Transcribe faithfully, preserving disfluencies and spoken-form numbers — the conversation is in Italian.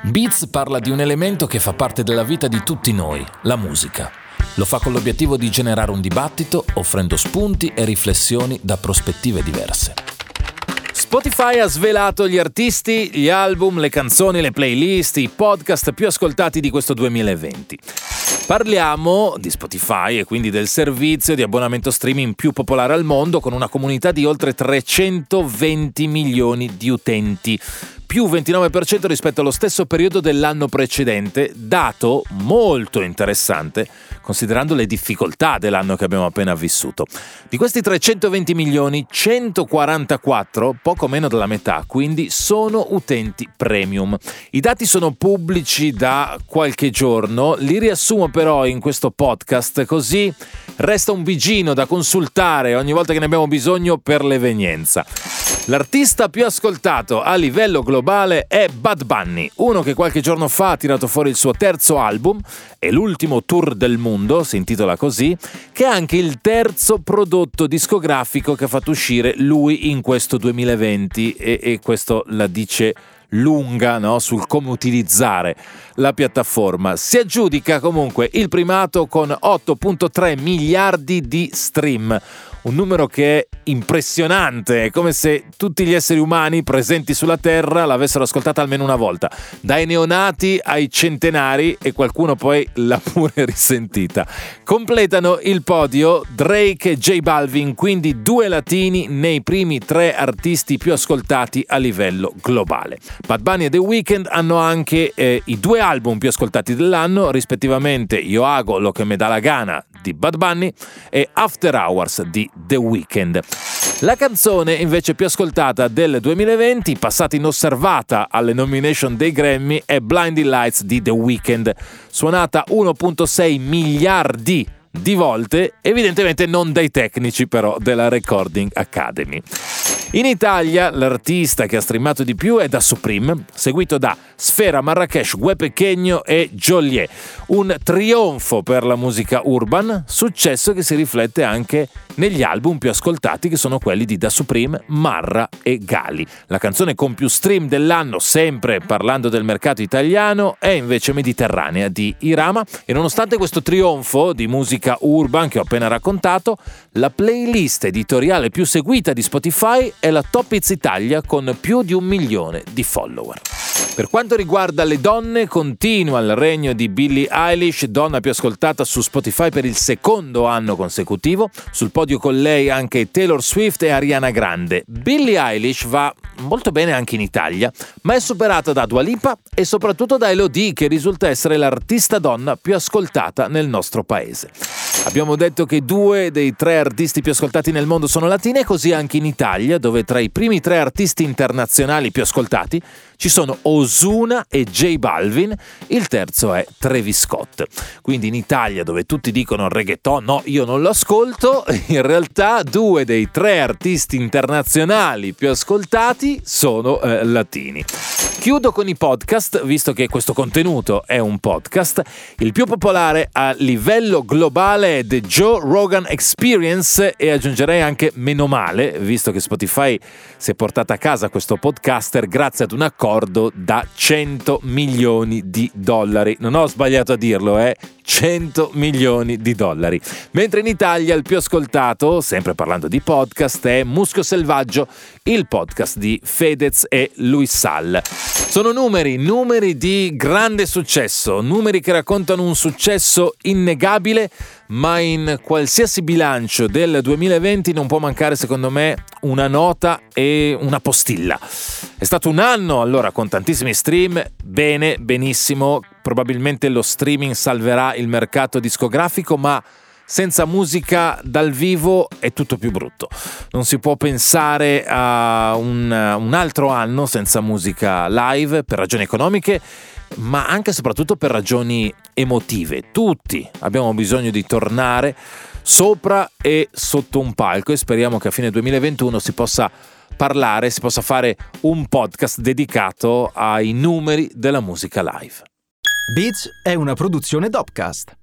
Beats parla di un elemento che fa parte della vita di tutti noi, la musica. Lo fa con l'obiettivo di generare un dibattito, offrendo spunti e riflessioni da prospettive diverse. Spotify ha svelato gli artisti, gli album, le canzoni, le playlist, i podcast più ascoltati di questo duemilaventi. Parliamo di Spotify e quindi del servizio di abbonamento streaming più popolare al mondo, con una comunità di oltre trecentoventi milioni di utenti, più ventinove per cento rispetto allo stesso periodo dell'anno precedente, dato molto interessante considerando le difficoltà dell'anno che abbiamo appena vissuto. Di questi trecentoventi milioni, centoquarantaquattro, poco meno della metà, quindi sono utenti premium. I dati sono pubblici da qualche giorno, li riassumo però in questo podcast, così resta un bigino da consultare ogni volta che ne abbiamo bisogno per l'evenienza. L'artista più ascoltato a livello globale è Bad Bunny, uno che qualche giorno fa ha tirato fuori il suo terzo album e l'ultimo tour del mondo, si intitola così, che è anche il terzo prodotto discografico che ha fatto uscire lui in questo duemilaventi e, e questo la dice lunga, no? Sul come utilizzare la piattaforma. Si aggiudica comunque il primato con otto virgola tre miliardi di stream, un numero che è impressionante, è come se tutti gli esseri umani presenti sulla Terra l'avessero ascoltata almeno una volta, dai neonati ai centenari, e qualcuno poi l'ha pure risentita. Completano il podio Drake e J Balvin, quindi due latini nei primi tre artisti più ascoltati a livello globale. Bad Bunny e The Weeknd hanno anche eh, i due album più ascoltati dell'anno, rispettivamente Yo Hago Lo Que Me Da La Gana di Bad Bunny e After Hours di The Weeknd. La canzone invece più ascoltata del duemilaventi, passata inosservata alle nomination dei Grammy, è Blinding Lights di The Weeknd, suonata uno virgola sei miliardi di volte, evidentemente non dai tecnici però della Recording Academy. In Italia l'artista che ha streamato di più è Da Supreme, seguito da Sfera, Marracash, Gue Pequeno e Joliet. Un trionfo per la musica urban, successo che si riflette anche negli album più ascoltati, che sono quelli di Da Supreme, Marra e Gali. La canzone con più stream dell'anno, sempre parlando del mercato italiano, è invece Mediterranea di Irama, e nonostante questo trionfo di musica urban che ho appena raccontato, la playlist editoriale più seguita di Spotify è la Top Hits Italia, con più di un milione di follower. Per quanto riguarda le donne, continua il regno di Billie Eilish, donna più ascoltata su Spotify per il secondo anno consecutivo. Sul podio con lei anche Taylor Swift e Ariana Grande. Billie Eilish va molto bene anche in Italia, ma è superata da Dua Lipa e soprattutto da Elodie, che risulta essere l'artista donna più ascoltata nel nostro paese. Abbiamo detto che due dei tre artisti più ascoltati nel mondo sono latine, così anche in Italia, dove tra i primi tre artisti internazionali più ascoltati ci sono Ozuna e J Balvin, il terzo è Travis Scott. Quindi in Italia, dove tutti dicono reggaeton, no, io non lo ascolto, in realtà due dei tre artisti internazionali più ascoltati sono eh, latini. Chiudo con i podcast, visto che questo contenuto è un podcast. Il più popolare a livello globale è The Joe Rogan Experience, e aggiungerei anche meno male, visto che Spotify si è portata a casa questo podcaster grazie ad un accordo da cento milioni di dollari. Non ho sbagliato a dirlo, eh? cento milioni di dollari. Mentre in Italia il più ascoltato, sempre parlando di podcast, è Muschio Selvaggio, il podcast di Fedez e Luis Sal. Sono numeri, numeri di grande successo, numeri che raccontano un successo innegabile, ma in qualsiasi bilancio del duemilaventi non può mancare, secondo me, una nota e una postilla. È stato un anno allora con tantissimi stream, bene, benissimo, probabilmente lo streaming salverà il mercato discografico, ma senza musica dal vivo è tutto più brutto. Non si può pensare a un, un altro anno senza musica live, per ragioni economiche, ma anche e soprattutto per ragioni emotive. Tutti abbiamo bisogno di tornare sopra e sotto un palco, e speriamo che a fine duemilaventuno si possa parlare, si possa fare un podcast dedicato ai numeri della musica live. Beats è una produzione Dopcast.